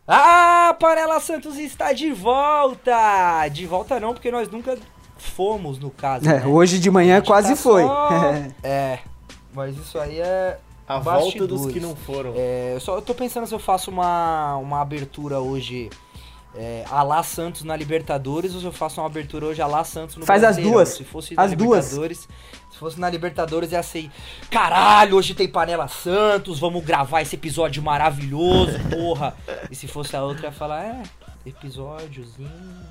Ah, Panela Santos está de volta! De volta não, porque nós nunca fomos, no caso, né? Hoje de manhã quase tá foi. Mas isso aí é A volta dos que não foram. Eu tô pensando se eu faço uma abertura hoje a lá Santos na Libertadores ou se eu faço uma abertura hoje a lá Santos no Faz Brasileirão. as duas. Se fosse As na duas. Libertadores, se fosse na Libertadores ia ser, caralho, hoje tem Panela Santos, vamos gravar esse episódio maravilhoso, porra. E se fosse a outra, ia falar, episódiozinho.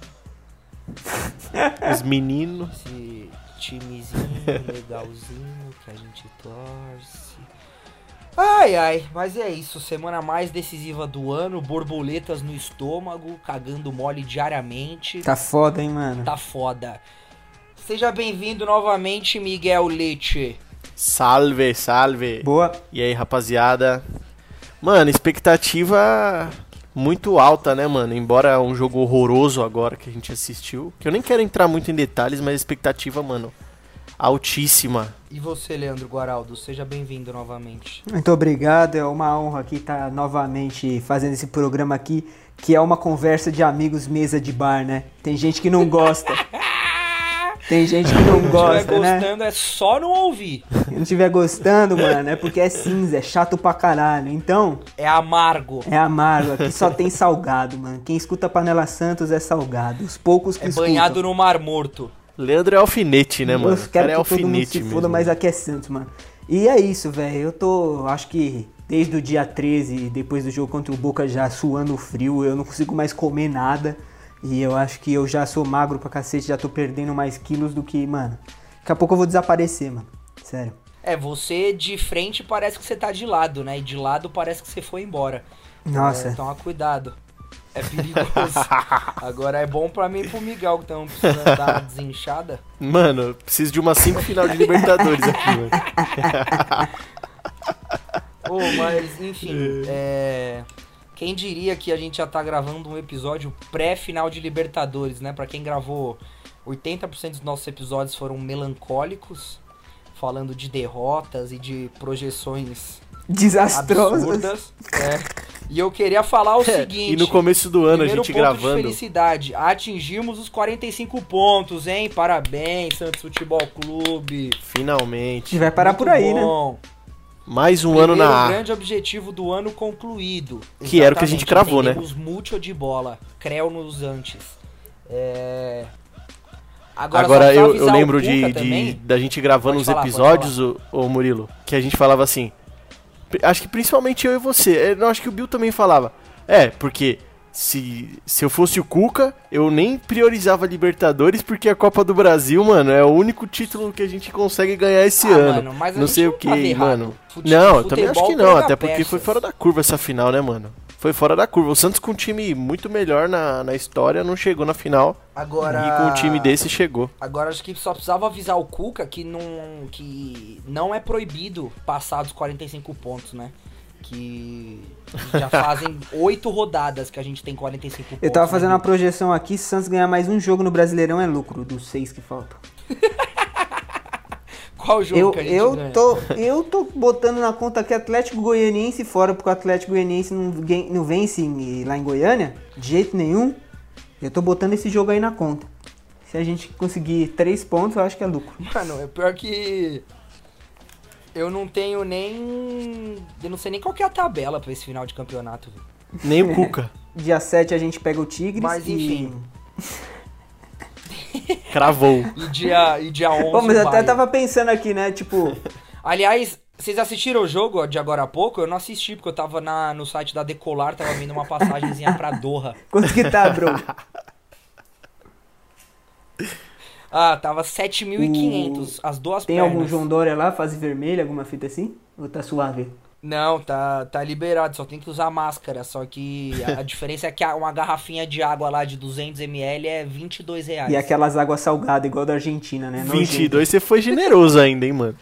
Os meninos. Esse timezinho legalzinho que a gente torce. Ai, mas é isso, semana mais decisiva do ano, borboletas no estômago, cagando mole diariamente. Tá foda, hein, mano? Tá foda. Seja bem-vindo novamente, Miguel Leite. Salve, salve. Boa. E aí, rapaziada? Mano, expectativa muito alta, né, mano? Embora um jogo horroroso agora que a gente assistiu, que eu nem quero entrar muito em detalhes, mas a expectativa, mano, altíssima. E você, Leandro Guaraldo, seja bem-vindo novamente. Muito obrigado, é uma honra aqui estar novamente fazendo esse programa aqui, que é uma conversa de amigos mesa de bar, né? Tem gente que não gosta. Tem gente que não gosta, Se estiver né? gostando, é só não ouvir. Se não estiver gostando, mano, é porque é cinza, é chato pra caralho. Então, É amargo. é amargo, aqui só tem salgado, mano. Quem escuta Panela Santos é salgado. Os poucos que É escutam. banhado no Mar Morto. Leandro é alfinete, né, mano? Eu O quero cara é que todo mundo alfinete se mesmo. foda, mas aqui é Santos, mano. E é isso, velho. Acho que desde o dia 13, depois do jogo contra o Boca, já suando frio, eu não consigo mais comer nada. E eu acho que eu já sou magro pra cacete, já tô perdendo mais quilos do que, mano. Daqui a pouco eu vou desaparecer, mano. Sério. Você de frente parece que você tá de lado, né? E de lado parece que você foi embora. Nossa. Toma cuidado. É perigoso. Agora é bom pra mim e pro Miguel, que estão precisando dar uma desinchada. Mano, eu preciso de uma semifinal de Libertadores aqui, mano. Mas, enfim, quem diria que a gente já tá gravando um episódio pré-final de Libertadores, né? Pra quem gravou, 80% dos nossos episódios foram melancólicos, falando de derrotas e de projeções Desastrosas. absurdas. E eu queria falar o seguinte... E no começo do ano, a primeiro gente ponto gravando. de felicidade, atingimos os 45 pontos, hein? Parabéns, Santos Futebol Clube. Finalmente. E vai parar por aí, né? Bom. Mais um ano na Primeiro A. grande objetivo do ano concluído. Que era o que a gente cravou, né? Os múltiplos de bola. Creu nos antes. Agora só pra eu avisar o lembro Cuca também. da gente gravando Pode uns falar, episódios, ô Murilo, que a gente falava assim. Acho que principalmente eu e você. Eu acho que o Bill também falava. Porque se eu fosse o Cuca, eu nem priorizava Libertadores, porque a Copa do Brasil, mano, é o único título que a gente consegue ganhar esse ano. Mano, mas a não gente sei não o tava que, errado. mano. Não, eu também acho que Futebol não, pega até porque foi peças. fora da curva essa final, né, mano? Foi fora da curva. O Santos com um time muito melhor na história não chegou na final. Agora... E com um time desse chegou. Agora acho que só precisava avisar o Cuca que não é proibido passar dos 45 pontos, né? Que já fazem 8 rodadas que a gente tem 45 pontos. Eu tava fazendo né? uma projeção aqui, se o Santos ganhar mais um jogo no Brasileirão é lucro, dos 6 que faltam. Qual jogo que a gente ganha? Eu tô botando na conta aqui Atlético Goianiense fora, porque o Atlético Goianiense não vence lá em Goiânia, de jeito nenhum. Eu tô botando esse jogo aí na conta. Se a gente conseguir 3 pontos, eu acho que é lucro. Mano, é pior que... Eu não tenho nem... Eu não sei nem qual que é a tabela pra esse final de campeonato, velho. Nem o Cuca. Dia 7 a gente pega o Tigres. Mas, enfim. Cravou. E dia 11 Pô, mas eu até vai. tava pensando aqui, né? Tipo, Aliás, vocês assistiram o jogo de agora a pouco? Eu não assisti, porque eu tava no site da Decolar, tava vendo uma passagenzinha pra Doha. quanto que tá, bro? Tava 7.500, as duas Tem pernas. algum João Dória lá, fase vermelha, alguma fita assim? Ou tá suave? Não, tá liberado, só tem que usar máscara. Só que a diferença é que uma garrafinha de água lá de 200ml é R$22. E aquelas águas salgadas, igual da Argentina, né? 22, você foi generoso ainda, hein, mano?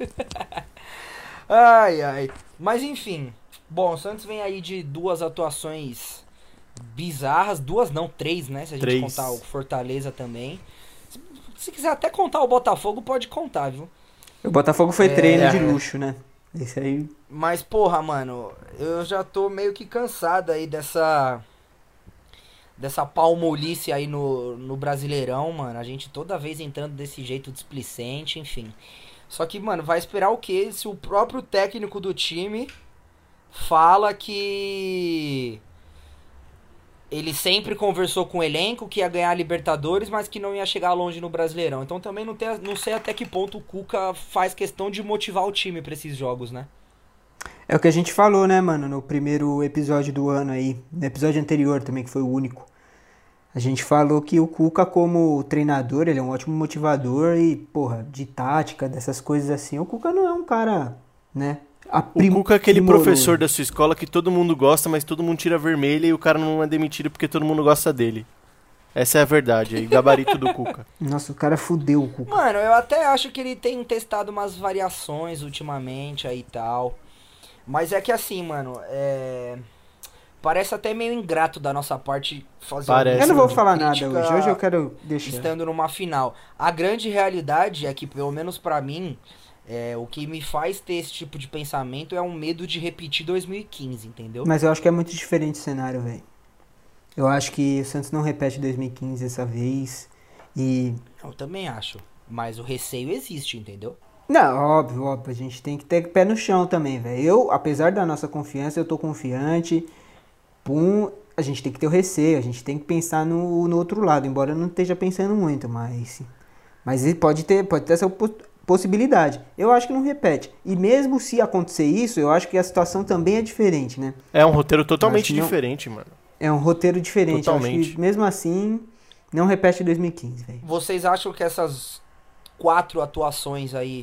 Ai. Mas enfim. Bom, o Santos vem aí de 2 atuações bizarras. 2 não, 3, né? Se a gente 3. contar o Fortaleza também. Se quiser até contar o Botafogo, pode contar, viu? O Botafogo foi treino de luxo, né? Esse aí. Mas, porra, mano, eu já tô meio que cansado aí dessa palmolice aí no Brasileirão, mano. A gente toda vez entrando desse jeito displicente, enfim. Só que, mano, vai esperar o quê? Se o próprio técnico do time fala que ele sempre conversou com o elenco que ia ganhar a Libertadores, mas que não ia chegar longe no Brasileirão. Então também não sei até que ponto o Cuca faz questão de motivar o time pra esses jogos, né? É o que a gente falou, né, mano, no primeiro episódio do ano aí. No episódio anterior também, que foi o único. A gente falou que o Cuca, como treinador, ele é um ótimo motivador e, porra, de tática, dessas coisas assim, o Cuca não é um cara, né? O Cuca é aquele professor da sua escola que todo mundo gosta, mas todo mundo tira vermelha e o cara não é demitido porque todo mundo gosta dele. Essa é a verdade, aí, gabarito do Cuca. Nossa, o cara fudeu o Cuca. Mano, eu até acho que ele tem testado umas variações ultimamente aí e tal. Mas é que assim, mano, parece até meio ingrato da nossa parte fazer Parece. Eu não vou de falar nada crítica hoje eu quero deixar. estando numa final. A grande realidade é que, pelo menos pra mim, o que me faz ter esse tipo de pensamento é um medo de repetir 2015, entendeu? Mas eu acho que é muito diferente o cenário, velho. Eu acho que o Santos não repete 2015 dessa vez e... Eu também acho. Mas o receio existe, entendeu? Não, óbvio, a gente tem que ter pé no chão também, velho. Eu, apesar da nossa confiança, eu tô confiante. A gente tem que ter o receio, a gente tem que pensar no outro lado, embora eu não esteja pensando muito, mas pode ter essa possibilidade. Eu acho que não repete. E mesmo se acontecer isso, eu acho que a situação também é diferente, né? É um roteiro totalmente diferente, mano. É um roteiro diferente. Totalmente. Eu acho que mesmo assim, não repete 2015, velho. Vocês acham que essas 4 atuações aí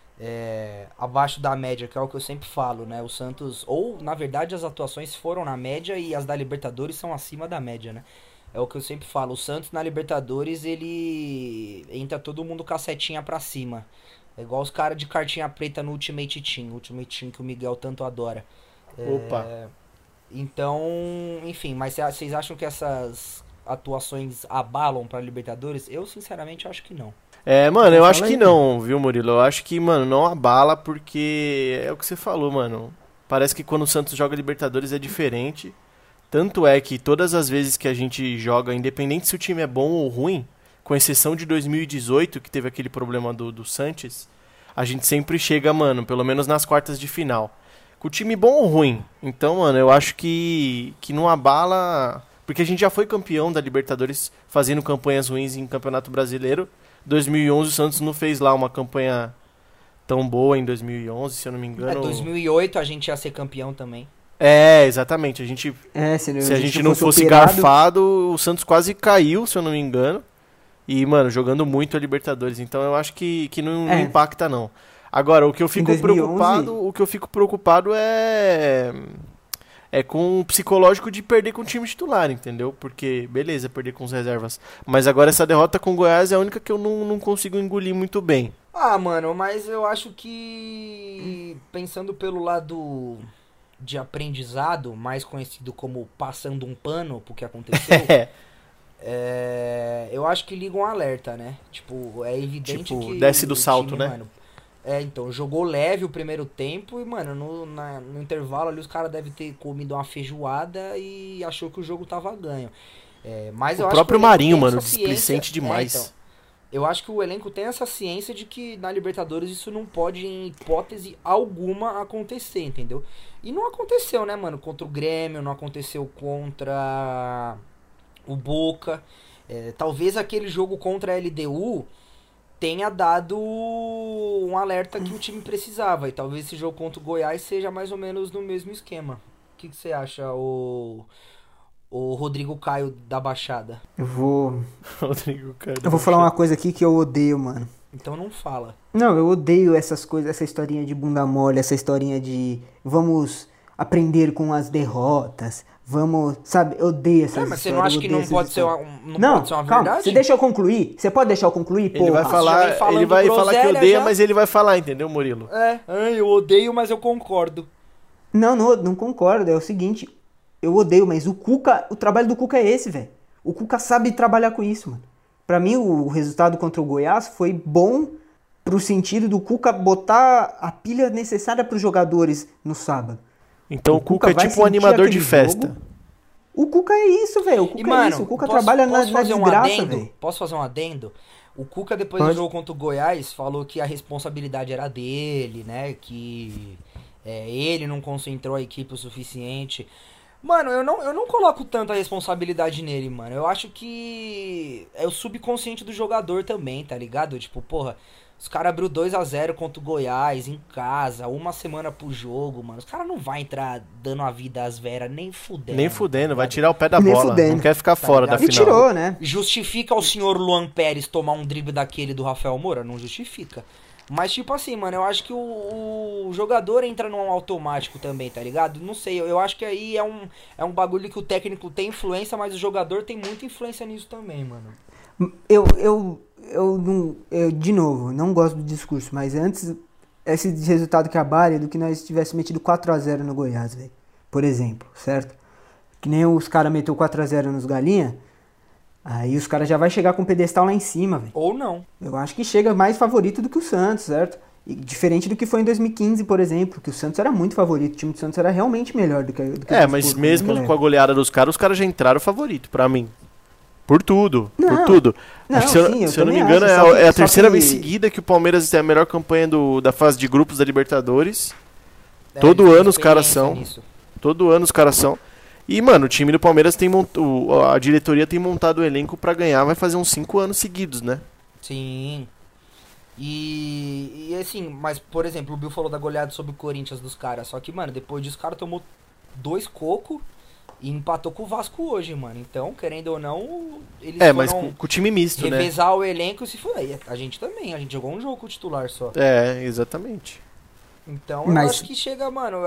abaixo da média, que é o que eu sempre falo, né? O Santos, ou na verdade as atuações foram na média e as da Libertadores são acima da média, né? É o que eu sempre falo, o Santos na Libertadores, ele entra todo mundo com a setinha pra cima. É igual os caras de cartinha preta no Ultimate Team que o Miguel tanto adora. Opa. Então, enfim, mas vocês acham que essas atuações abalam pra Libertadores? Eu sinceramente acho que não. Mano, eu Fala acho que aí. não, viu, Murilo? Eu acho que, mano, não abala porque é o que você falou, mano. Parece que quando o Santos joga Libertadores é diferente. Tanto é que todas as vezes que a gente joga, independente se o time é bom ou ruim, com exceção de 2018, que teve aquele problema do Sanches, a gente sempre chega, mano, pelo menos nas quartas de final. Com o time bom ou ruim. Então, mano, eu acho que não abala... Porque a gente já foi campeão da Libertadores fazendo campanhas ruins em Campeonato Brasileiro. 2011 o Santos não fez lá uma campanha tão boa em 2011, se eu não me engano. 2008 a gente ia ser campeão também. Exatamente. A gente, se a gente não não fosse operado, garfado, o Santos quase caiu, se eu não me engano. E, mano, jogando muito a Libertadores. Então eu acho que não impacta, não. Agora, o que eu fico 2011... preocupado é com o psicológico de perder com o time titular, entendeu? Porque, beleza, perder com os reservas. Mas agora essa derrota com o Goiás é a única que eu não consigo engolir muito bem. Ah, mano, mas eu acho que, pensando pelo lado de aprendizado, mais conhecido como passando um pano pro que aconteceu, eu acho que liga um alerta, né? Tipo, é evidente que... desce do o salto, time, né? Mano, então, jogou leve o primeiro tempo e, mano, no intervalo ali os caras devem ter comido uma feijoada e achou que o jogo tava ganho. Mas eu O acho próprio que o elenco Marinho, tem mano, essa ciência- displicente demais. então, eu acho que o elenco tem essa ciência de que na Libertadores isso não pode, em hipótese alguma, acontecer, entendeu? E não aconteceu, né, mano? Contra o Grêmio, não aconteceu contra o Boca. Talvez aquele jogo contra a LDU tenha dado um alerta que o time precisava. E talvez esse jogo contra o Goiás seja mais ou menos no mesmo esquema. O que você acha, o Rodrigo Caio da Baixada? Eu vou Rodrigo, cara. falar uma coisa aqui que eu odeio, mano. Então não fala. Não, eu odeio essas coisas, essa historinha de bunda mole, essa historinha de vamos aprender com as derrotas, vamos, sabe, eu odeio essas Mas você histórias. não acha eu que odeio não essas pode ser histórias. uma, pode ser uma calma, verdade? você deixa eu concluir? Você pode deixar eu concluir, porra? Ele vai já falar, vem falando ele vai falar que groselha odeia, já. mas ele vai falar, entendeu, Murilo? Eu odeio, mas eu concordo. Não concordo, é o seguinte, eu odeio, mas o trabalho do Cuca é esse, velho. O Cuca sabe trabalhar com isso, mano. Pra mim, o resultado contra o Goiás foi bom pro sentido do Cuca botar a pilha necessária pros jogadores no sábado. Então o Cuca é vai tipo um sentir animador de aquele festa. jogo. O Cuca é isso, velho. O Cuca E, mano, é isso. O Cuca trabalha na desgraça, velho. Posso fazer um adendo? O Cuca, depois Pode. do jogo contra o Goiás, falou que a responsabilidade era dele, né? Que ele não concentrou a equipe o suficiente. Mano, eu não coloco tanta responsabilidade nele, mano. Eu acho que é o subconsciente do jogador também, tá ligado? Tipo, porra, os caras abriu 2-0 contra o Goiás em casa, uma semana pro jogo, mano. Os caras não vai entrar dando a vida às veras, nem fudendo. Nem fudendo, tá vai ligado? tirar o pé da Nem bola. fudendo. Não quer ficar Tá fora da ligado? E final. tirou, né? Justifica o senhor Luan Pérez tomar um drible daquele do Rafael Moura? Não justifica. Mas, tipo assim, mano, eu acho que o jogador entra num automático também, tá ligado? Não sei, eu acho que aí é um bagulho que o técnico tem influência, mas o jogador tem muita influência nisso também, mano. De novo, não gosto do discurso, mas antes esse resultado que abale do que nós tivéssemos metido 4-0 no Goiás, velho. Por exemplo, certo? Que nem os caras meteu 4-0 nos Galinha, aí os caras já vai chegar com o pedestal lá em cima, velho. Ou não. Eu acho que chega mais favorito do que o Santos, certo? E diferente do que foi em 2015, por exemplo, que o Santos era muito favorito, o time do Santos era realmente melhor do que o É, mas mesmo com a goleada dos caras, os caras já entraram favorito, pra mim. Por tudo, por Não, tudo. não, Acho que sim, se eu não me também engano, acho, só é a que- terceira só que- vez seguida que o Palmeiras tem a melhor campanha da fase de grupos da Libertadores. É, Todo ele tem ano os caras experiência são. nisso. Todo ano os caras são. E, mano, o time do Palmeiras tem a diretoria tem montado o elenco pra ganhar, vai fazer uns 5 anos seguidos, né? Sim. E assim, mas, por exemplo, o Bill falou da goleada sobre o Corinthians dos caras. Só que, mano, depois disso, o cara tomou 2 cocos e empatou com o Vasco hoje, mano. Então, querendo ou não, eles Mas foram com o time misto, né? revezar o elenco e se for. A gente também, a gente jogou um jogo com o titular só. É, exatamente. Então, Mas- eu acho que chega, mano,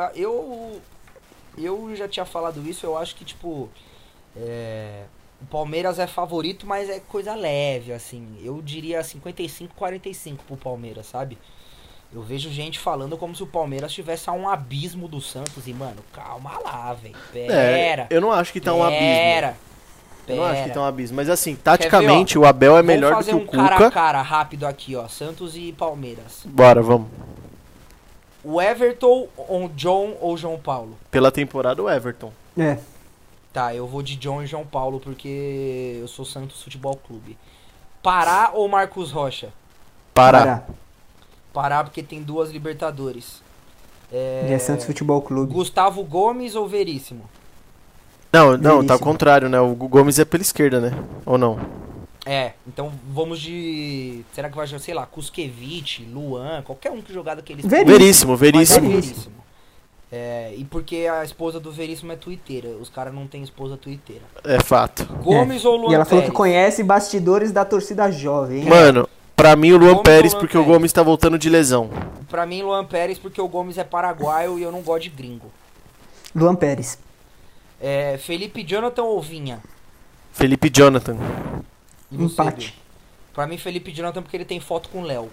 eu já tinha falado isso, eu acho que, tipo, o Palmeiras é favorito, mas é coisa leve, assim. Eu diria 55-45 pro Palmeiras, sabe? Eu vejo gente falando como se o Palmeiras tivesse a um abismo do Santos e, mano, calma lá, velho. Pera. Eu não acho que tá um abismo. Eu não acho que tá um abismo. Mas assim, taticamente, ver, ó? o Abel é melhor do que o Vamos fazer um cara a Cuca. cara rápido aqui, ó. Santos e Palmeiras. Bora, vamos. O Everton, o John ou João Paulo? Pela temporada, o Everton. É, Tá, eu vou de John e João Paulo porque eu sou Santos Futebol Clube. Pará ou Marcos Rocha? Pará. Pará porque tem 2 Libertadores. E é Santos Futebol Clube. Gustavo Gomes ou Veríssimo? Não, tá Veríssimo. ao contrário, né? O Gomes é pela esquerda, né? Ou não? Então vamos de... Será que vai jogar, sei lá, Kuskevic, Luan, qualquer um que jogar daqueles... Veríssimo. Veríssimo. Mas é Veríssimo. E porque a esposa do Veríssimo é twitteira. Os caras não têm esposa twitteira. É fato. Gomes ou Luan E ela falou Pérez? que conhece bastidores da torcida jovem, hein? Mano, pra mim o Luan Gomes Pérez, ou Luan porque o Pérez? Gomes tá voltando de lesão. Pra mim, Luan Pérez porque o Gomes é paraguaio e eu não gosto de gringo. Luan Pérez. Felipe Jonathan ou Vinha? Felipe Jonathan. E você, Empate. Bill? Pra mim, Felipe Jonathan porque ele tem foto com o Léo.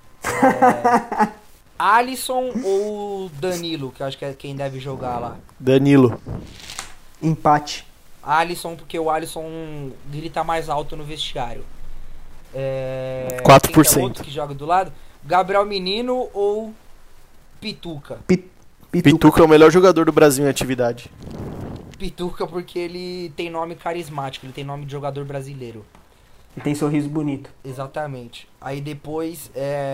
Alisson ou Danilo, que eu acho que é quem deve jogar lá. Danilo. Empate. Alisson, porque o Alisson grita mais alto no vestiário. 4%. Quem que é outro que joga do lado? Gabriel Menino ou Pituca? Pituca é o melhor jogador do Brasil em atividade. Pituca porque ele tem nome carismático, ele tem nome de jogador brasileiro. E tem sorriso bonito. Exatamente. Aí depois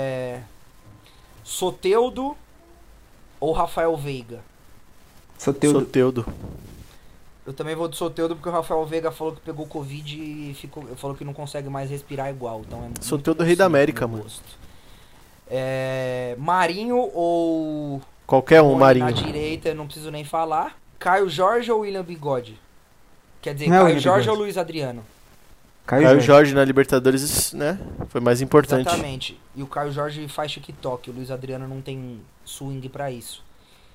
Soteldo ou Rafael Veiga? Soteldo. Eu também vou de Soteldo porque o Rafael Veiga falou que pegou Covid e falou que não consegue mais respirar igual. Então é muito Soteldo é rei da nocivo América, no mano. gosto. Marinho ou Qualquer um, Rony Marinho. na direita, eu não preciso nem falar. Caio Jorge ou William Bigode? Quer dizer, Não é Caio William Jorge Bigode. ou Luiz Adriano? Caio Jorge na Libertadores, né? Foi mais importante. Exatamente. E o Caio Jorge faz TikTok, o Luiz Adriano não tem swing pra isso.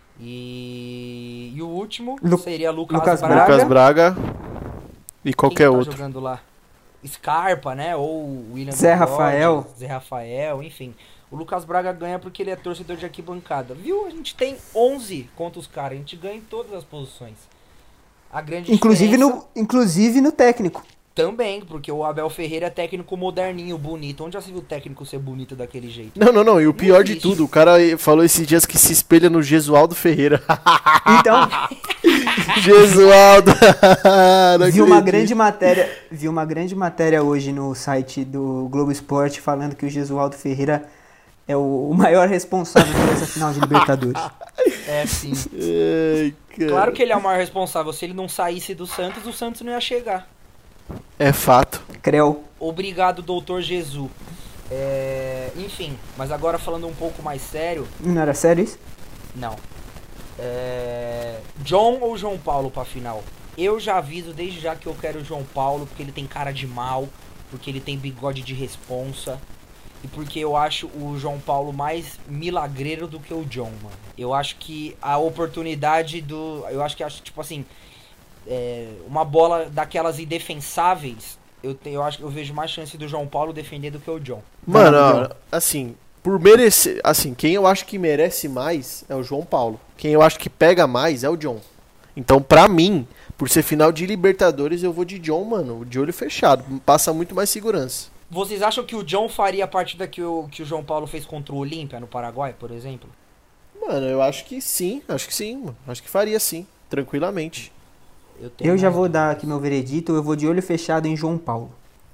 E o último seria Lucas Braga. Lucas Braga e qualquer Quem tá outro. jogando lá? Scarpa, né? Ou William Zé Bigode, Rafael. Zé Rafael, enfim. O Lucas Braga ganha porque ele é torcedor de arquibancada. Viu? A gente tem 11 contra os caras. A gente ganha em todas as posições. A grande Inclusive diferença... no técnico. Também, porque o Abel Ferreira é técnico moderninho, bonito. Onde já se viu técnico ser bonito daquele jeito? Não. E o pior de existe. tudo, o cara falou esses dias que se espelha no Gesualdo Ferreira. Então, Gesualdo! Não vi uma acredito. grande matéria hoje no site do Globo Esporte falando que o Gesualdo Ferreira é o maior responsável por essa final de Libertadores. É, sim. Ai, cara. Claro que ele é o maior responsável. Se ele não saísse do Santos, o Santos não ia chegar. É fato. Creu. Obrigado, doutor Jesus. Enfim, mas agora falando um pouco mais sério... Não era sério isso? Não. John ou João Paulo pra final? Eu já aviso desde já que eu quero o João Paulo, porque ele tem cara de mal, porque ele tem bigode de responsa, e porque eu acho o João Paulo mais milagreiro do que o John, mano. Eu acho que a oportunidade do... Eu acho tipo assim... uma bola daquelas indefensáveis, eu acho que eu vejo mais chance do João Paulo defender do que o John. Mano, ó, assim, por merecer... Assim, quem eu acho que merece mais é o João Paulo. Quem eu acho que pega mais é o John. Então, pra mim, por ser final de Libertadores, eu vou de John, mano. De olho fechado. Passa muito mais segurança. Vocês acham que o John faria a partida que o João Paulo fez contra o Olímpia no Paraguai, por exemplo? Mano, eu acho que sim. Mano. Acho que faria sim. Tranquilamente. Eu já vou dar aqui meu veredito, eu vou de olho fechado em João Paulo.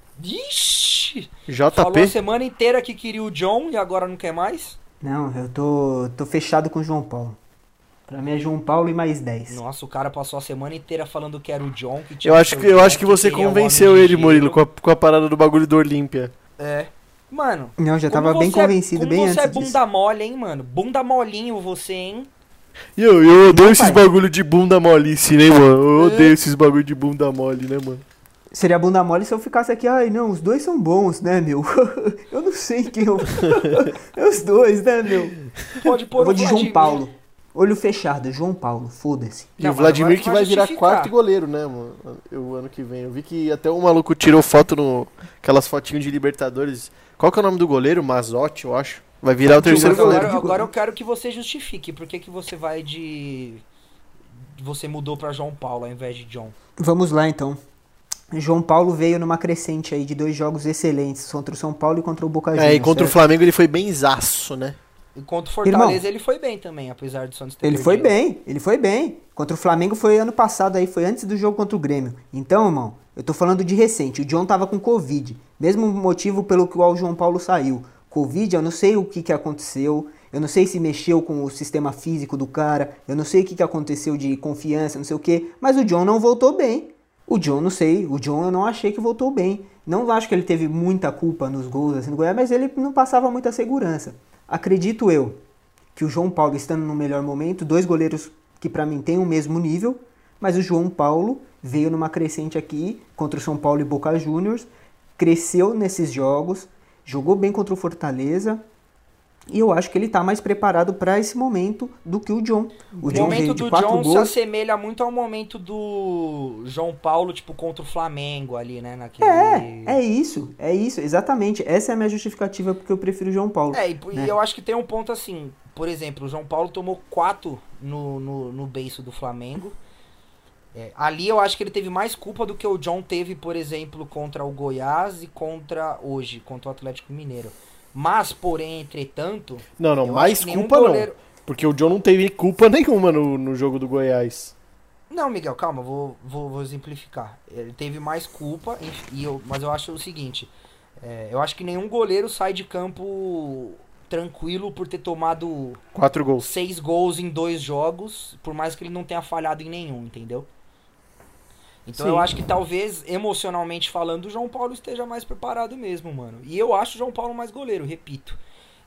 Ixi! JP? Falou a semana inteira que queria o John e agora não quer mais? Não, eu tô fechado com o João Paulo. Pra mim é João Paulo e mais 10. Nossa, o cara passou a semana inteira falando que era o John. Que tinha Eu acho que você convenceu ele, Murilo, com a parada do bagulho do Olímpia. É. Mano. Não, já tava bem convencido bem antes disso. Você é bunda mole, hein, mano? Bunda molinho você, hein? E eu odeio esses bagulho de bunda molice, né, mano? Eu odeio esses bagulho de bunda mole, né, mano? Seria bunda mole se eu ficasse aqui, ai não, os dois são bons, né, meu? Eu não sei quem eu... É os dois, né, meu? Pode pôr eu vou de João Paulo. Olho fechado, João Paulo, foda-se. E o Vladimir que vai virar quarto goleiro, né, mano? O ano que vem. Eu vi que até um maluco tirou foto aquelas fotinhas de Libertadores. Qual que é o nome do goleiro? Mazotti, eu acho. Vai virar o terceiro goleiro. Agora eu quero que você justifique. Por que você vai de... Você mudou pra João Paulo ao invés de John? Vamos lá, então. João Paulo veio numa crescente aí de 2 jogos excelentes. Contra o São Paulo e contra o Boca Juniors. E contra o Flamengo ele foi bem zaço, né? E contra o Fortaleza ele foi bem também, apesar do Santos ter Ele foi bem. Contra o Flamengo foi ano passado aí, foi antes do jogo contra o Grêmio. Então, irmão, eu tô falando de recente. O John tava com Covid. Mesmo motivo pelo qual o João Paulo saiu. Covid, eu não sei o que aconteceu. Eu não sei se mexeu com o sistema físico do cara. Eu não sei o que aconteceu de confiança, não sei o que. Mas o John não voltou bem. O John, não sei. O John eu não achei que voltou bem. Não acho que ele teve muita culpa nos gols assim, do Goiás, mas ele não passava muita segurança. Acredito eu que o João Paulo estando no melhor momento, 2 goleiros que pra mim têm o mesmo nível, mas o João Paulo veio numa crescente aqui contra o São Paulo e Boca Juniors, cresceu nesses jogos, jogou bem contra o Fortaleza e eu acho que ele tá mais preparado pra esse momento do que o John. O John momento veio de do 4 John gols. se assemelha muito ao momento do João Paulo, tipo, contra o Flamengo ali, né? Naquele... É isso, exatamente. Essa é a minha justificativa porque eu prefiro o João Paulo. E eu acho que tem um ponto assim, por exemplo, o João Paulo tomou 4 no beiço do Flamengo. Ali eu acho que ele teve mais culpa do que o John teve, por exemplo, contra o Goiás e contra o Atlético Mineiro. Mas, porém, entretanto... Não, mais culpa goleiro... não. Porque o John não teve culpa nenhuma no jogo do Goiás. Não, Miguel, calma, vou exemplificar. Ele teve mais culpa, mas eu acho o seguinte... eu acho que nenhum goleiro sai de campo tranquilo por ter tomado 4 gols. 6 gols em 2 jogos, por mais que ele não tenha falhado em nenhum, entendeu? Então eu acho que talvez, emocionalmente falando, o João Paulo esteja mais preparado mesmo, mano. E eu acho o João Paulo mais goleiro, repito.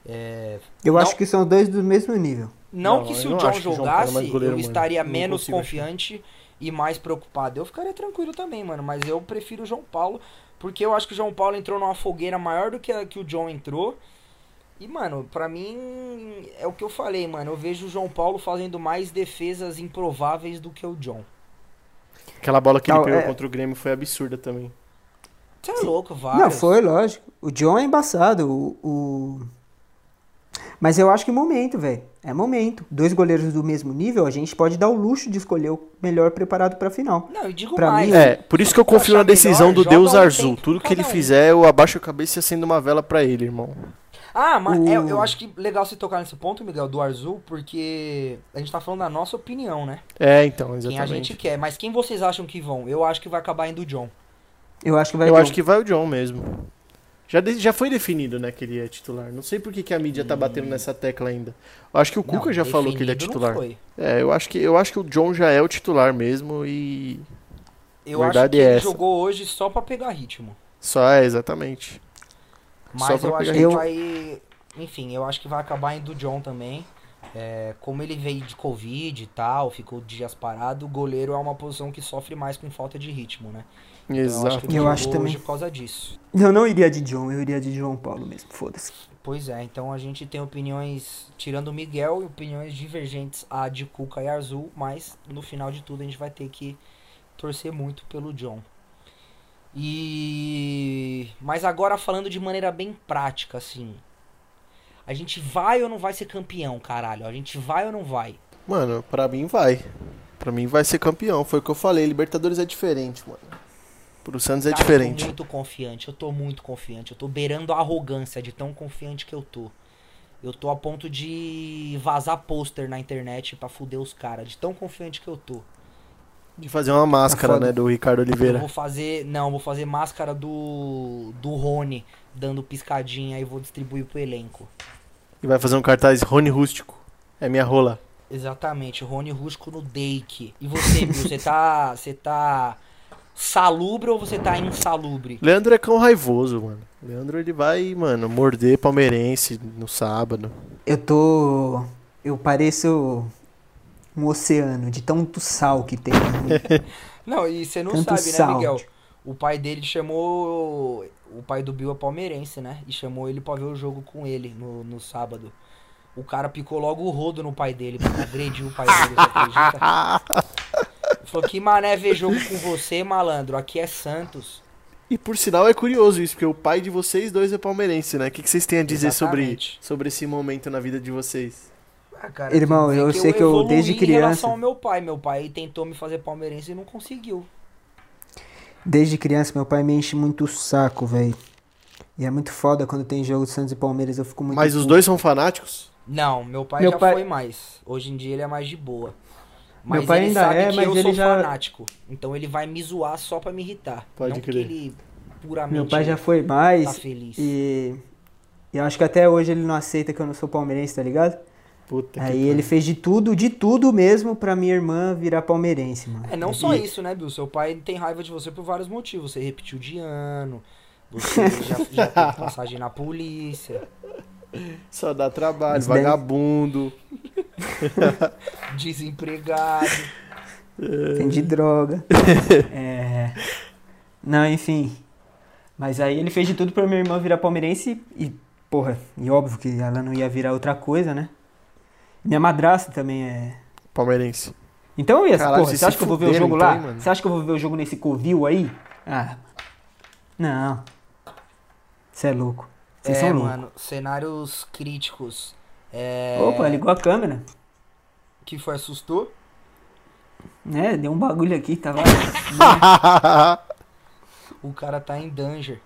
Eu acho que são 2 do mesmo nível. Não que se o John jogasse, eu estaria menos confiante e mais preocupado. Eu ficaria tranquilo também, mano. Mas eu prefiro o João Paulo, porque eu acho que o João Paulo entrou numa fogueira maior do que o John entrou. E, mano, pra mim, é o que eu falei, mano. Eu vejo o João Paulo fazendo mais defesas improváveis do que o John. Aquela bola que ele pegou contra o Grêmio foi absurda também. Você é louco, vai. Não, foi, lógico. O John é embaçado. Mas eu acho que é momento, velho. É momento. 2 goleiros do mesmo nível, a gente pode dar o luxo de escolher o melhor preparado pra final. Não, eu digo Pra mais. mim, Por isso que eu confio na decisão do joga Deus um Arzu. tempo Tudo que cada ele um. fizer, eu abaixo a cabeça e acendo uma vela pra ele, irmão. Ah, mas eu acho que legal você tocar nesse ponto, Miguel, do Arzu, porque a gente tá falando da nossa opinião, né? Então, Quem a gente exatamente. quer. Mas quem vocês acham que vão? Eu acho que vai acabar indo o John. Eu acho que vai Eu dar acho que vai o John mesmo. Já foi definido, né, que ele é titular. Não sei por que a mídia tá batendo nessa tecla ainda. Eu acho que o Cuca Não, já falou que ele é definido titular. não foi. Eu acho que o John já é o titular mesmo e Eu acho Verdade que é ele essa. jogou hoje só pra pegar ritmo. só é exatamente. Só Mas pra eu acho pegar que ritmo. vai... Enfim, eu acho que vai acabar indo o John também. Como ele veio de Covid e tal, ficou dias parado, o goleiro é uma posição que sofre mais com falta de ritmo, né? Então, eu acho que ele Eu jogou acho também. hoje por causa disso. Eu não iria de John, eu iria de João Paulo mesmo, foda-se. Pois é, então a gente tem opiniões, tirando o Miguel, opiniões divergentes a de Cuca e Arzu, mas no final de tudo a gente vai ter que torcer muito pelo John. Mas agora falando de maneira bem prática, assim, a gente vai ou não vai ser campeão, caralho? A gente vai ou não vai? Mano, pra mim vai. Pra mim vai ser campeão. Foi o que eu falei. Libertadores é diferente, mano. Pro Santos é Cara, diferente. eu tô muito confiante. Eu tô beirando a arrogância de tão confiante que eu tô. Eu tô a ponto de vazar pôster na internet pra fuder os caras, de tão confiante que eu tô. De fazer uma máscara, foda. né, do Ricardo Eu Oliveira. vou fazer máscara do Rony, dando piscadinha e vou distribuir pro elenco. E vai fazer um cartaz Rony Rústico. É minha rola. Exatamente, Rony Rusco no Dake. E você, Bill, você tá salubre ou você tá insalubre? Leandro é cão raivoso, mano. Leandro, ele vai, mano, morder palmeirense no sábado. Eu pareço um oceano de tanto sal que tem. Não, e você não Tanto sabe, sal. né, Miguel? O pai dele chamou... O pai do Bill é palmeirense, né? E chamou ele pra ver o jogo com ele no sábado. O cara picou logo o rodo no pai dele, pra agredir o pai dele, você acredita? Falou, que mané ver jogo com você, malandro, aqui é Santos. E por sinal é curioso isso, porque o pai de vocês dois é palmeirense, né? O que vocês têm a dizer Exatamente. sobre esse momento na vida de vocês? Ah, cara, Irmão, tem que eu dizer sei que eu, evoluí desde em relação criança, ao meu pai tentou me fazer palmeirense e não conseguiu. meu pai me enche muito o saco, velho. E é muito foda quando tem jogo de Santos e Palmeiras, eu fico muito Mas os puto. dois são fanáticos? Não, meu pai Meu já pai- foi mais. Hoje em dia ele é mais de boa. Meu Mas pai ele ainda sabe é, que mas eu ele sou já- fanático. Então ele vai me zoar só pra me irritar. Pode não crer. que ele puramente Meu pai já foi mais tá feliz. e eu acho que até hoje ele não aceita que eu não sou palmeirense, tá ligado? Puta Aí ele fez de tudo mesmo pra minha irmã virar palmeirense, mano. Não só E- isso, né, Bill? Seu pai tem raiva de você por vários motivos. Você repetiu de ano, você já teve passagem na polícia, Só dá trabalho, Isso daí- vagabundo. desempregado. Vendi droga. É. Não, enfim. Mas aí ele fez de tudo pra minha irmã virar palmeirense e, porra, e óbvio que ela não ia virar outra coisa, né? Minha madrasta também é. Palmeirense. Então, Caralho, porra, vocês você acha se que eu vou ver o fuderam jogo então, lá? hein, mano? Você acha que eu vou ver o jogo nesse covil aí? Ah. Não. Você é louco. Vocês são loucos. Mano, cenários críticos. Opa, ligou a câmera. Que foi, assustou? Né, deu um bagulho aqui, tava. O cara tá em danger.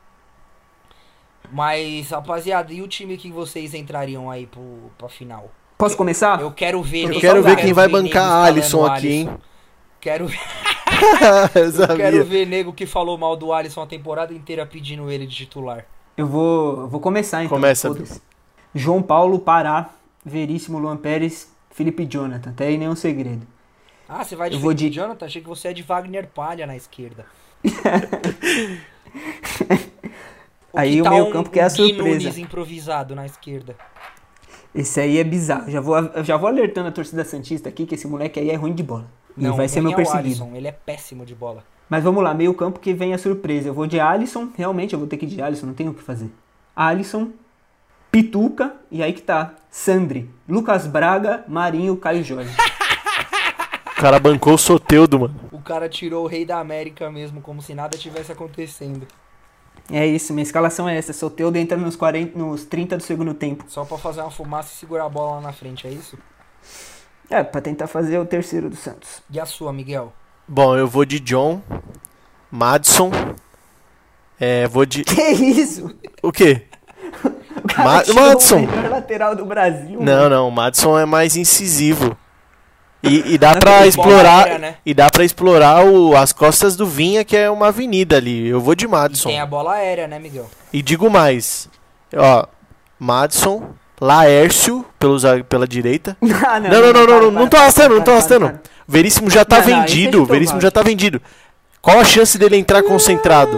Mas, rapaziada, e o time que vocês entrariam aí pra final? Posso começar? Eu quero ver... Eu nego- quero ver quero quem vai nego bancar escalando Alisson o aqui, hein? Quero, Eu eu sabia. quero ver nego que falou mal do Alisson a temporada inteira pedindo ele de titular. Eu vou começar então. Começa, foda-se. João Paulo, Pará, Veríssimo, Luan Pérez, Felipe Jonathan. Até aí nenhum segredo. Ah, você vai de Eu vou Felipe de- Jonathan? Achei que você é de Wagner Palha na esquerda. Ou Aí que o tá meio-campo que é a Gui surpresa. Nunes improvisado na esquerda. Esse aí é bizarro. Já vou alertando a torcida santista aqui que esse moleque aí é ruim de bola. E vai ser ruim meu é o perseguido. Alisson, ele é péssimo de bola. Mas vamos lá, meio campo que vem a surpresa. Eu vou de Alisson, realmente eu vou ter que ir de Alisson, não tenho o que fazer. Alisson, Pituca, e aí que tá, Sandri, Lucas Braga, Marinho, Caio Jorge. O cara bancou o Soteldo, mano. O cara tirou o rei da América mesmo, como se nada tivesse acontecendo. É isso, minha escalação é essa. Soteldo entra nos 30 do segundo tempo. Só pra fazer uma fumaça e segurar a bola lá na frente, é isso? É, pra tentar fazer o terceiro do Santos. E a sua, Miguel? Bom, eu vou de John, Madison. Vou de. Que isso? O quê? O cara tirou Madison. o melhor lateral do Brasil. Não, o Madison é mais incisivo. E dá Não, pra tem explorar. bola aérea, né? E dá pra explorar as costas do Vinha, que é uma avenida ali. Eu vou de Madison. Tem a bola aérea, né, Miguel? E digo mais. Ó, Madison, Laércio pela direita. Ah, Não tô arrastando. para. Veríssimo já tá Não, isso é de vendido. tomate. Veríssimo já tá vendido. Qual a chance dele entrar concentrado?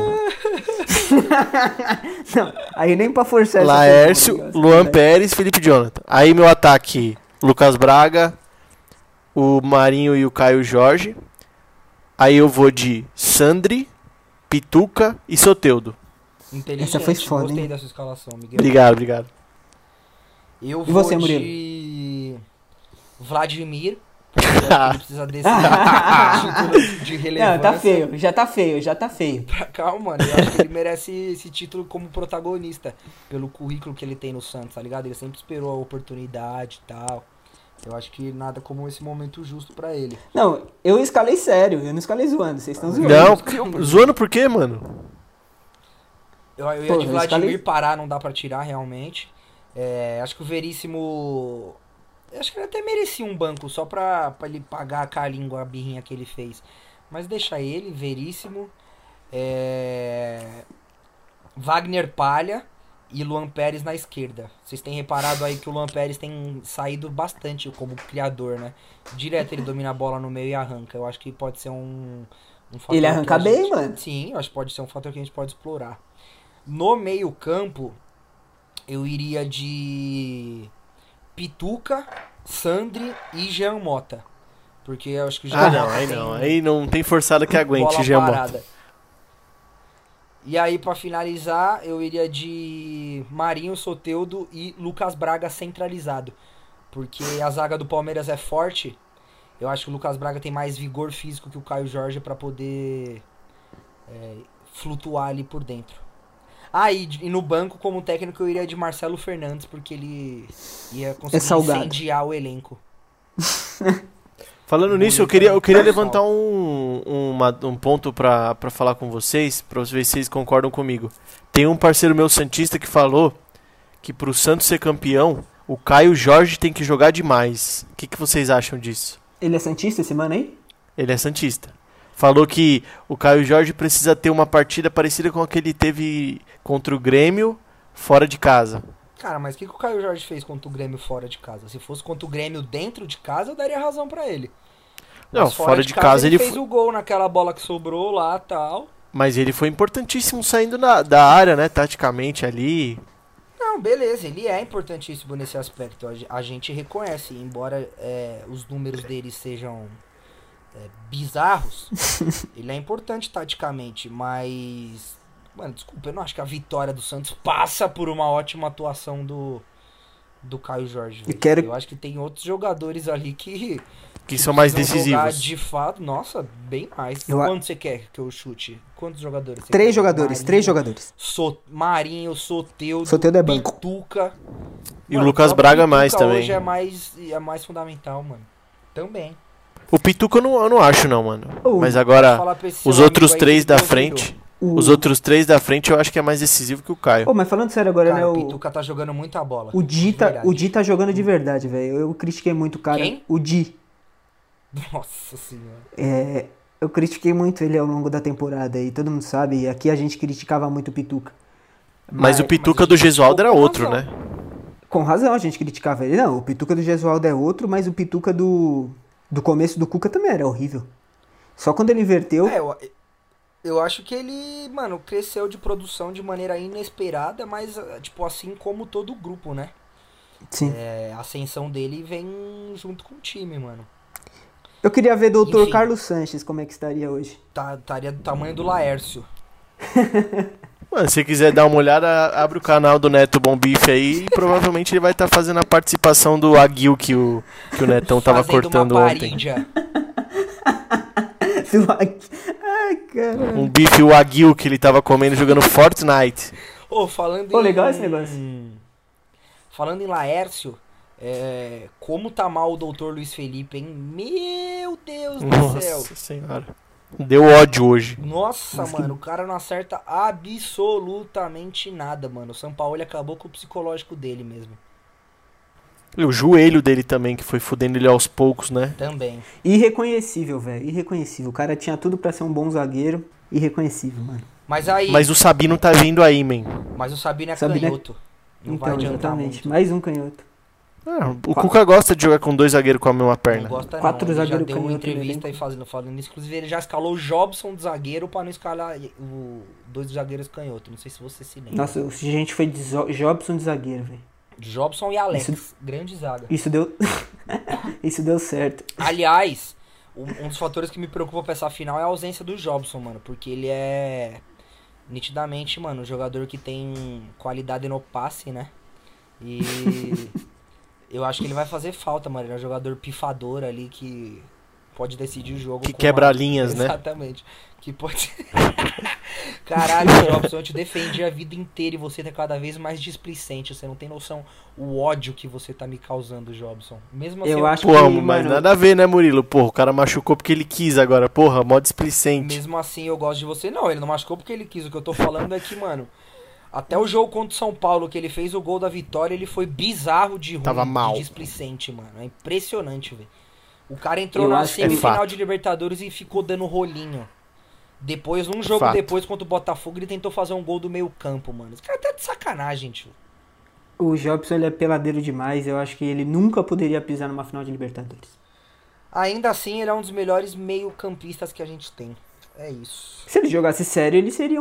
Não, aí nem pra forçar essa Laércio, pergunta, Luan né? Pérez, Felipe Jonathan. Aí meu ataque, Lucas Braga, o Marinho e o Caio Jorge. Aí eu vou de Sandri, Pituca e Soteldo. Inteligente. Essa foi foda, Gostei hein? da sua escalação, Miguel. Obrigado. Eu E vou você, Murilo? de Vladimir. Porque eu acho que ele precisa desse título de relevância. Não, já tá feio. Calma, mano. Eu acho que ele merece esse título como protagonista. Pelo currículo que ele tem no Santos, tá ligado? Ele sempre esperou a oportunidade e tal. Eu acho que nada como esse momento justo pra ele. Não, eu escalei sério, eu não escalei zoando, vocês estão zoando. Não, zoando por quê, mano? Eu ia Pô, de eu Vladimir escalei- parar, não dá pra tirar realmente. Acho que o Veríssimo. Acho que ele até merecia um banco só pra ele pagar a língua, a birrinha que ele fez. Mas deixa ele, Veríssimo. Wagner Palha e Luan Pérez na esquerda. Vocês têm reparado aí que o Luan Pérez tem saído bastante como criador, né? Direto ele domina a bola no meio e arranca. Eu acho que pode ser um fator Ele que arranca a bem, gente- mano. Sim, eu acho que pode ser um fator que a gente pode explorar. No meio campo, eu iria de Pituca, Sandri e Jean Mota. Porque eu acho que o Jean Mota tem Aí não tem forçada que aguente, bola Jean parada. Mota. E aí, pra finalizar, eu iria de Marinho, Soteldo e Lucas Braga centralizado. Porque a zaga do Palmeiras é forte. Eu acho que o Lucas Braga tem mais vigor físico que o Caio Jorge pra poder flutuar ali por dentro. E no banco, como técnico, eu iria de Marcelo Fernandes, porque ele ia conseguir salgado. incendiar o elenco. Falando nisso, eu queria levantar um ponto pra falar com vocês, pra ver se vocês concordam comigo. Tem um parceiro meu santista que falou que pro Santos ser campeão, o Caio Jorge tem que jogar demais. O que vocês acham disso? Ele é santista esse mano aí? Ele é santista. Falou que o Caio Jorge precisa ter uma partida parecida com a que ele teve contra o Grêmio fora de casa. Cara, mas o que o Caio Jorge fez contra o Grêmio fora de casa? Se fosse contra o Grêmio dentro de casa, eu daria razão pra ele. Não, Mas fora de casa ele fez o gol naquela bola que sobrou lá e tal. Mas ele foi importantíssimo saindo da área, né? Taticamente ali. Não, beleza, ele é importantíssimo nesse aspecto. A gente reconhece, embora os números dele sejam bizarros, ele é importante taticamente, mas... Mano, desculpa, eu não acho que a vitória do Santos passa por uma ótima atuação do Caio Jorge. Eu acho que tem outros jogadores ali que são mais precisam jogar decisivos. de fato, nossa, bem mais. Quanto você quer que eu chute? Quantos jogadores você quer? 3 jogadores, 3 jogadores. Marinho, Soteldo, Soteldo é banco. Pituca. E o Lucas Braga mais Pituca também. hoje é mais fundamental, mano. Também. O Pituca eu não acho não, mano. Mas Vou agora, falar pra esse seu os outros amigo aí três que da Deus frente... virou. Os outros 3 da frente eu acho que é mais decisivo que o Caio. Mas falando sério agora, Cara, né? o Pituca tá jogando muita bola. O de verdade. Di tá jogando de verdade, velho. Eu critiquei muito o cara. Quem? O Di. Nossa senhora. Eu critiquei muito ele ao longo da temporada e todo mundo sabe. E aqui a gente criticava muito o Pituca. Mas o Pituca mas do Gesualdo era com outro, razão. né? Com razão a gente criticava ele. Não, o Pituca do Gesualdo é outro, mas o Pituca do começo do Cuca também era horrível. Só quando ele inverteu... Eu acho que ele, mano, cresceu de produção de maneira inesperada, mas, tipo, assim como todo o grupo, né? Sim. A ascensão dele vem junto com o time, mano. Eu queria ver o Dr. Enfim. Carlos Sanches como é que estaria hoje. Estaria do tamanho do Laércio. Mano, se você quiser dar uma olhada, abre o canal do Neto Bom Bife aí e provavelmente ele vai estar fazendo a participação do Aguil que o Netão tava Fazendo cortando uma ontem. parídia. bife wagyu. Ai, caralho. Um bife wagyu que ele tava comendo jogando Fortnite. Ô, falando Pô, em... legal esse negócio. Falando em Laércio, como tá mal o doutor Luiz Felipe, hein? Meu Deus do céu. Nossa senhora. Deu ódio hoje. Nossa, mano, o cara não acerta absolutamente nada, mano. O Sampaoli acabou com o psicológico dele mesmo. E o joelho dele também, que foi fudendo ele aos poucos, né? Também. Irreconhecível, velho. Irreconhecível. O cara tinha tudo pra ser um bom zagueiro. Irreconhecível, mano. Mas aí... Mas o Sabino tá vindo aí, man. Mas o Sabino é Sabino é- canhoto. Não vai Então, adiantar exatamente. muito. Mais um canhoto. O Cuca gosta de jogar com 2 zagueiros com a mesma Não perna. gosta Quatro não. Ele já zagueiro deu uma canhoto no entrevista aí falando isso. Inclusive, ele já escalou o Jobson de zagueiro pra não escalar o 2 zagueiros canhoto. Não sei se você se lembra. Nossa, a gente foi de Jobson de zagueiro, velho. Jobson e Alex. Isso- Grande zaga. Isso deu... Isso deu certo. Aliás, um dos fatores que me preocupa pra essa final é a ausência do Jobson, mano. Porque ele é nitidamente, mano, um jogador que tem qualidade no passe, né? E eu acho que ele vai fazer falta, mano. Ele é um jogador pifador ali que pode decidir o jogo. Que com quebra uma- linhas, né? Exatamente. Que pode. Caralho, Jobson, eu te defendi a vida inteira e você tá cada vez mais displicente. Você não tem noção o ódio que você tá me causando, Jobson. Mesmo assim, Eu acho Pô, que, mas mano, nada a ver, né, Murilo? Porra, o cara machucou porque ele quis agora. Porra, mó displicente. mesmo assim eu gosto de você. Não, ele não machucou porque ele quis. O que eu tô falando é que, mano, até o jogo contra o São Paulo, que ele fez o gol da vitória, ele foi bizarro de ruim, Tava mal. de displicente, mano. É impressionante, velho. O cara entrou Eu na acho que é semifinal fato. de Libertadores e ficou dando rolinho. Depois, um jogo Fato. depois, contra o Botafogo, ele tentou fazer um gol do meio campo, mano. Esse cara tá de sacanagem, tio. o Jobson ele é peladeiro demais. Eu acho que ele nunca poderia pisar numa final de Libertadores. Ainda assim, ele é um dos melhores meio-campistas que a gente tem. É isso. Se ele jogasse sério, ele seria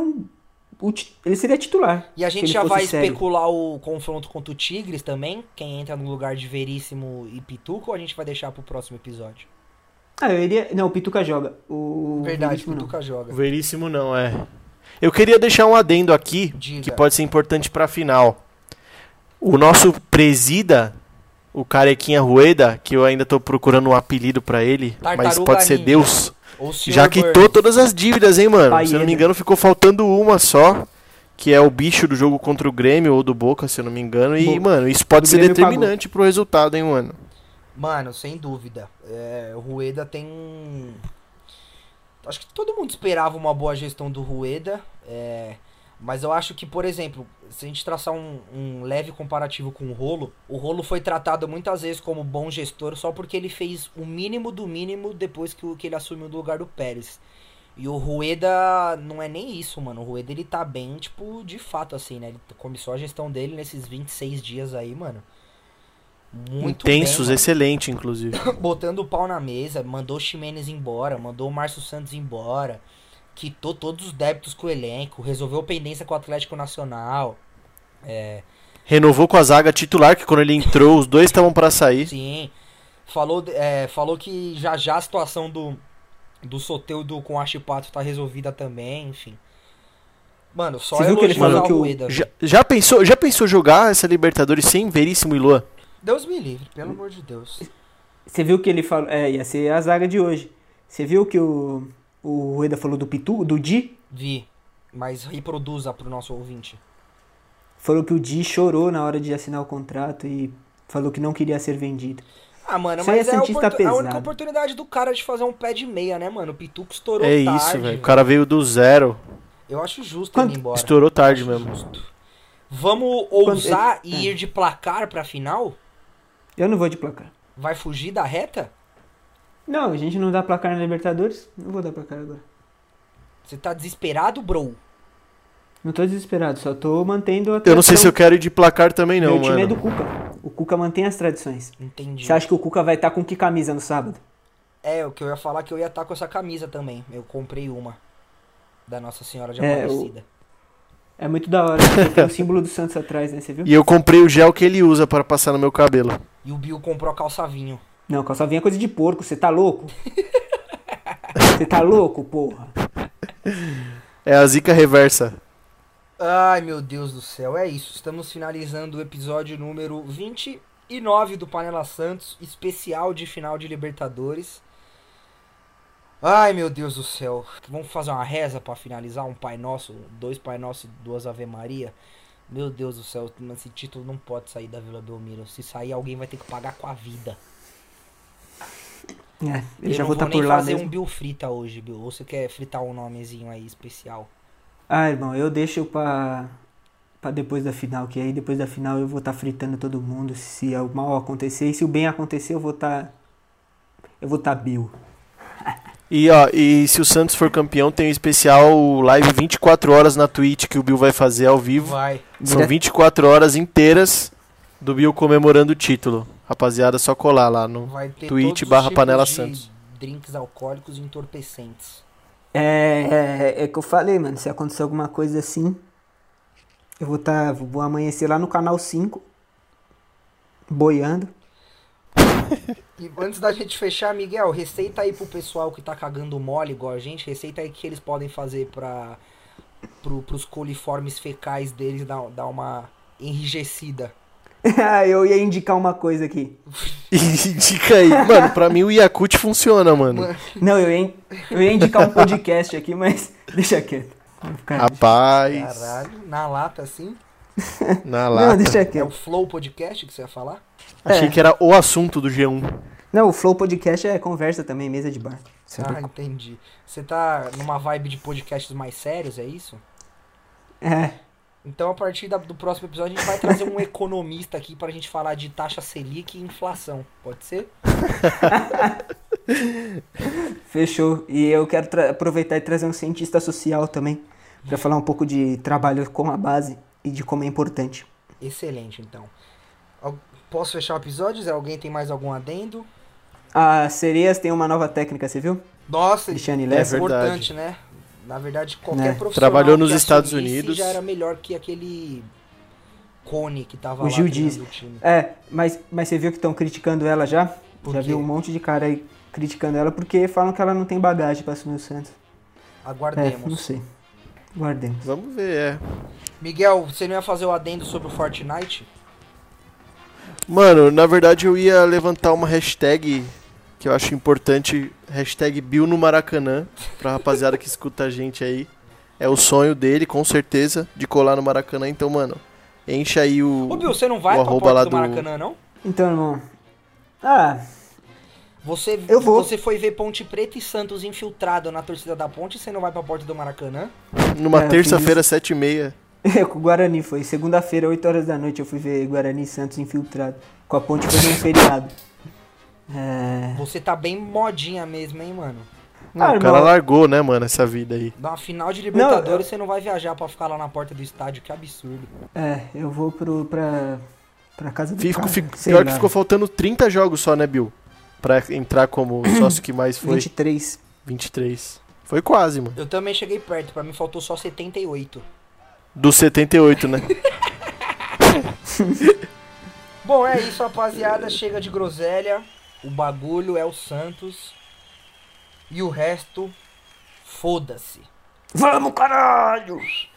ele seria titular. E a se gente ele já fosse vai sério. especular o confronto contra o Tigres também. Quem entra no lugar de Veríssimo e Pituca, ou a gente vai deixar pro próximo episódio? Eu iria... Não, o Pituca joga. O Verdade, Veríssimo não. Pituca joga. O Veríssimo não, é. Eu queria deixar um adendo aqui, Diga. que pode ser importante pra final. O nosso presida, o Carequinha Rueda, que eu ainda tô procurando um apelido pra ele, mas Tartaruga pode ser Ninja. Deus, Ou o Sr. já quitou Burns. todas as dívidas, hein, mano? Se eu não Paella. me engano, ficou faltando uma só, que é o bicho do jogo contra o Grêmio ou do Boca, se eu não me engano. E, Boca. mano, isso pode O ser Grêmio determinante pro resultado, hein, mano? Mano, sem dúvida. O Rueda tem um... Acho que todo mundo esperava uma boa gestão do Rueda. Mas eu acho que, por exemplo, se a gente traçar um leve comparativo com o Rolo foi tratado muitas vezes como bom gestor só porque ele fez o mínimo do mínimo depois que ele assumiu no lugar do Pérez. E o Rueda não é nem isso, mano. O Rueda ele tá bem, tipo, de fato, assim, né? Ele começou a gestão dele nesses 26 dias aí, mano. Muito Intensos, bem, mano. excelente, inclusive. Botando o pau na mesa, mandou o Ximenes embora, mandou o Márcio Santos embora, quitou todos os débitos com o elenco, resolveu pendência com o Atlético Nacional. Renovou com a zaga titular, que quando ele entrou, os dois estavam pra sair. Sim, falou que já a situação do Soteldo com o Archipato tá resolvida também, enfim. Mano, só Você viu que ele elogios falou ao que o- Rueda. Já pensou jogar essa Libertadores sem Veríssimo e Luan? Deus me livre, pelo amor de Deus. Você viu que ele falou... ia ser a zaga de hoje. Você viu que o Rueda falou do do Di? Vi, mas reproduza pro nosso ouvinte. Falou que o Di chorou na hora de assinar o contrato e falou que não queria ser vendido. Ah, mano, Isso aí mas é é a santista a única pesado. oportunidade do cara de fazer um pé de meia, né, mano? O Pituca estourou É tarde. isso, velho. O cara veio do zero. Eu acho justo Quando- ele ir embora. Estourou tarde Acho mesmo. justo. Vamos ousar e ir de placar pra final? Eu não vou de placar. Vai fugir da reta? Não, a gente não dá placar na Libertadores. Não vou dar placar agora. Você tá desesperado, bro? Não tô desesperado, só tô mantendo a Eu não sei se eu tradição. quero ir de placar também, não, Meu time é mano. do Cuca. O Cuca mantém as tradições. Entendi. Você acha que o Cuca vai estar com que camisa no sábado? O que eu ia falar que eu ia estar com essa camisa também. Eu comprei uma. Da Nossa Senhora de É, Aparecida. É muito da hora. Você tem o símbolo do Santos atrás, né? Você viu? E eu comprei o gel que ele usa para passar no meu cabelo. E o Bill comprou a calça vinho. Não, calça vinha é coisa de porco. Você tá louco? Você tá louco, porra? É a zica reversa. Ai, meu Deus do céu. É isso. Estamos finalizando o episódio número 29 do Panela Santos. Especial de final de Libertadores. Ai, meu Deus do céu. Vamos fazer uma reza pra finalizar? Um Pai Nosso, 2 Pai Nosso e 2 Ave Maria? Meu Deus do céu, esse título não pode sair da Vila Belmiro. Se sair, alguém vai ter que pagar com a vida. Eu já não vou estar nem por lá fazer mesmo. um Bill Frita hoje, Bill. Ou você quer fritar um nomezinho aí especial? Ah, irmão, eu deixo pra depois da final, que aí depois da final eu vou estar fritando todo mundo. Se o mal acontecer, e se o bem acontecer, eu vou estar Bill. E ó, e se o Santos for campeão, tem um especial live 24 horas na Twitch que o Bill vai fazer ao vivo. Vai. São 24 horas inteiras do Bill comemorando o título. Rapaziada, só colar lá no Vai ter Twitch todos os /Panela tipos de Santos. drinks alcoólicos e entorpecentes. É que eu falei, mano, se acontecer alguma coisa assim, eu vou amanhecer lá no canal 5, boiando. E antes da gente fechar, Miguel, receita aí pro pessoal que tá cagando mole igual a gente, receita aí que eles podem fazer pros coliformes fecais deles dar uma enrijecida. Eu ia indicar uma coisa aqui. Indica aí. Mano, pra mim o Yakult funciona, mano. Não, eu ia indicar um podcast aqui, mas deixa quieto. Vai ficar- Rapaz. Caralho, na lata assim. Na Não, lata. deixa É o quieto. Flow Podcast que você ia falar? Achei que era o assunto do G1. Não, o Flow Podcast é conversa também, mesa de bar. Ah, entendi. Você tá numa vibe de podcasts mais sérios, é isso? É. Então, a partir do próximo episódio, a gente vai trazer um economista aqui pra gente falar de taxa Selic e inflação. Pode ser? Fechou. E eu quero aproveitar e trazer um cientista social também, pra falar um pouco de trabalho com a base e de como é importante. Excelente, então. Posso fechar o episódio? Zé? Alguém tem mais algum adendo? As sereias têm uma nova técnica, você viu? Nossa, Cristiane é Lessa. importante, né? Na verdade, qualquer É. profissional Trabalhou nos que Estados assumisse Unidos. já era melhor que aquele Cone que tava O lá Gil treinando diz. o time. Mas você viu que estão criticando ela já? Por Já quê? viu um monte de cara aí criticando ela porque falam que ela não tem bagagem pra assumir o Santos. Aguardemos. Não sei. Guardemos. Vamos ver, Miguel, você não ia fazer o adendo sobre o Fortnite? Mano, na verdade eu ia levantar uma hashtag que eu acho importante, hashtag Bill no Maracanã, pra rapaziada que escuta a gente aí. É o sonho dele, com certeza, de colar no Maracanã. Então, mano, enche aí o... Ô, Bill, você não vai o pra arroba porta lá do do- Maracanã, não? Então, irmão. Ah, Você vou. Você foi ver Ponte Preta e Santos infiltrado na torcida da Ponte e você não vai pra porta do Maracanã? Numa eu terça-feira, 7h30. com o Guarani foi. Segunda-feira, 8 horas da noite, eu fui ver Guarani e Santos infiltrado. Com a ponte foi num feriado. Você tá bem modinha mesmo, hein, mano? Não, Ah, o cara irmão. largou, né, mano, essa vida aí. Na final de Libertadores eu- você não vai viajar pra ficar lá na porta do estádio, que absurdo. Eu vou pra casa do Fico, cara. Sei pior que lá. ficou faltando 30 jogos só, né, Bill? Pra entrar como sócio que mais foi. 23. 23. Foi quase, mano. Eu também cheguei perto, pra mim faltou só 78. Dos 78, né? Bom, é isso, rapaziada. Chega de groselha. O bagulho é o Santos. E o resto, foda-se. Vamos, caralho!